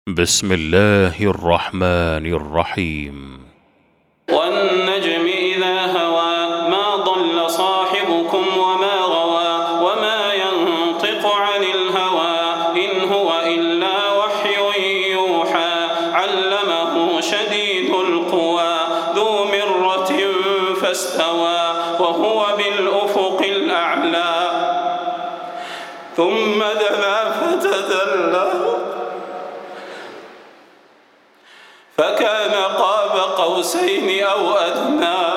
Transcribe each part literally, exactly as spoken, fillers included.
بسم الله الرحمن الرحيم. والنجم إذا هوى ما ضل صاحبكم وما غوى وما ينطق عن الهوى إن هو إلا وحي يوحى علمه شديد القوى ذو مرة فاستوى وهو بالأفق الأعلى ثم دنا فتدلى فكان قاب قوسين أو أدنى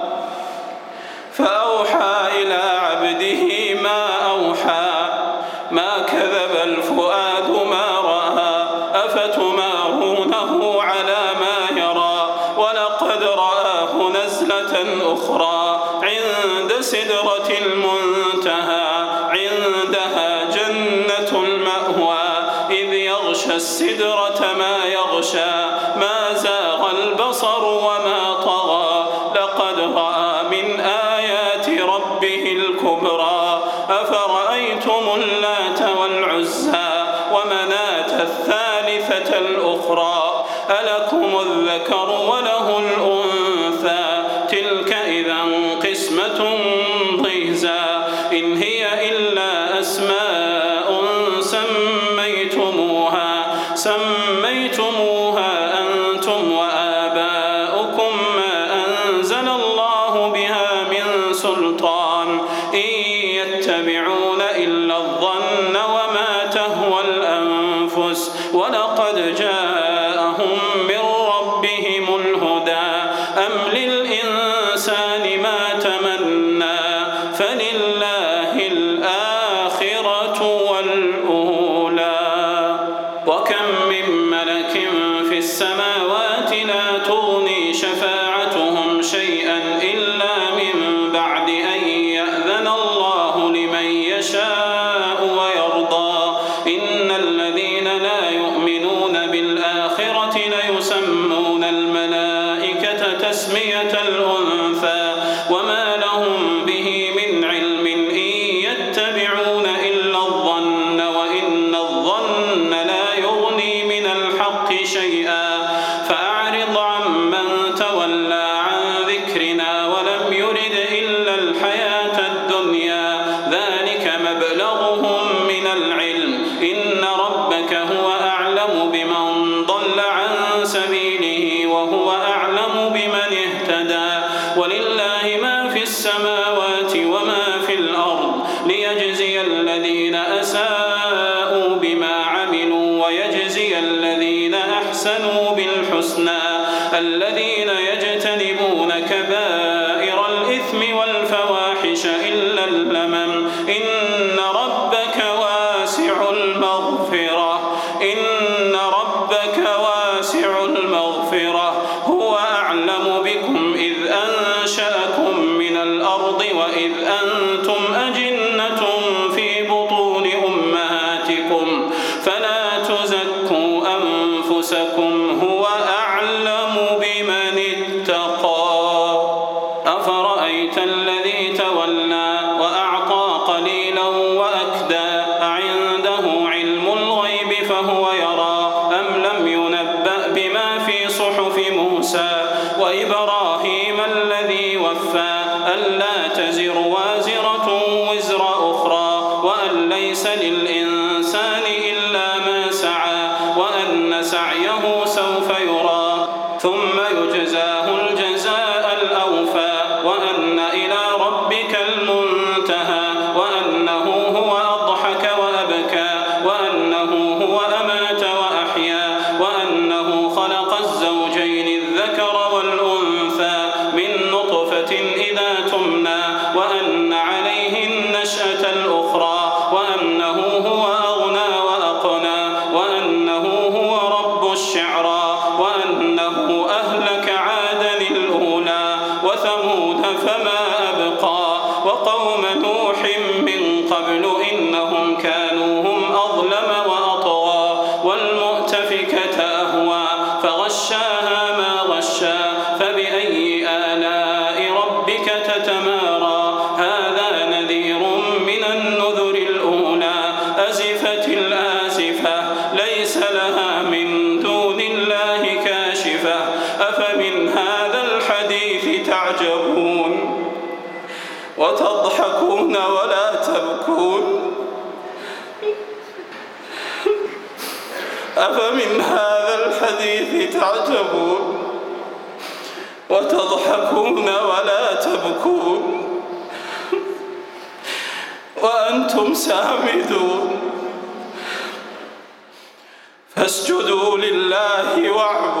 فأوحى إلى عبده ما أوحى ما كذب الفؤاد ما رأى أفتمارونه على ما يرى ولقد رآه نزلة أخرى عند سدرة المنتهى عندها جنة المأوى إذ يغشى السدرة ما يغشى ما زاغ البصر وما طغى لقد رأى من آيات ربه الكبرى أفرأيتم اللات والعزى ومناة الثالثة الأخرى ألكم الذكر وله الأنثى تلك إذا قسمة ضيزى إن هي إلا أسماء سميتموها سميتموها أنتم وآباؤكم ما أنزل الله بها من سلطان إن يتبعون إلا الظن وما تهوى الأنفس ولقد جاءهم من ربهم الهدى أم للإنسان ما تمنى فلله الآخرة والأولى وكم من ملك في السماوات لا تغني شفاعتهم شيئا إلا من بعد أن يأذن الله لمن يشاء ويرضى إن الذين لا يؤمنون بالآخرة ليسمون الملائكة تسمية الأنثى وما لهم به من علم إن يتبعون إلا الظن وإن الظن لا يغني من الحق شيئا فأعرض عمن تولى عن ذكرنا ولم يرد إلا الحياة الدنيا ذلك مبلغهم من العلم إن ربك هو أعلم بمن ضل عن سبيله وهو أعلم بمن اهتدى ولله ما في السماوات وما في الأرض ليجزي الذين أساءوا بما عملوا ويجزي الذين أحسنوا بالحسنى الذين يجتنبون كبائر الإثم والفواحش إلا اللمم إن ربك واسع المغفرة إن ربك واسع المغفرة هو أعلم بكم إذ أنشأكم من الأرض وإذ أنتم أجنة في بطون أمهاتكم فلا تزكوا أنفسكم هو أعلم بمن اتقى أفرأيت الذي تولى وأعطى قليلا وأكدى أعنده علم الغيب فهو يرى أم لم ينبأ بما في صحف موسى وإبراهيم الذي وفى ألا تزر وازرة وزر أخرى وأن ليس للإنسان إلا ما سعى وأن سعيه سوف يرى ثم يجزاه الجزاء الأوفى وأن إلى ربك المنتهى وأنه هو أضحك وأبكى وأنه هو أمات وأحيا وأنه خلق الزوجين الذكر والأنثى من نطفة إذا تمنى وأن عليه النشأة الأخرى وأنه هو أغنى وأقنى وأنه هو رب الشعرى وأنه أهلك عادا الأولى وثمود فما أبقى وقوم نوح من قبل إنهم كانوا هم أظلم وأطغى والمؤتفكة أهوى فغشاها ما غشى فبأي آلاء ربك تتمارى هذا نذير من النذر الأولى أزفت الآزفة ليس لها من تعجبون وتضحكون ولا تبكون أفمن هذا الحديث تعجبون وتضحكون ولا تبكون وأنتم سامدون فاسجدوا لله واعبدوا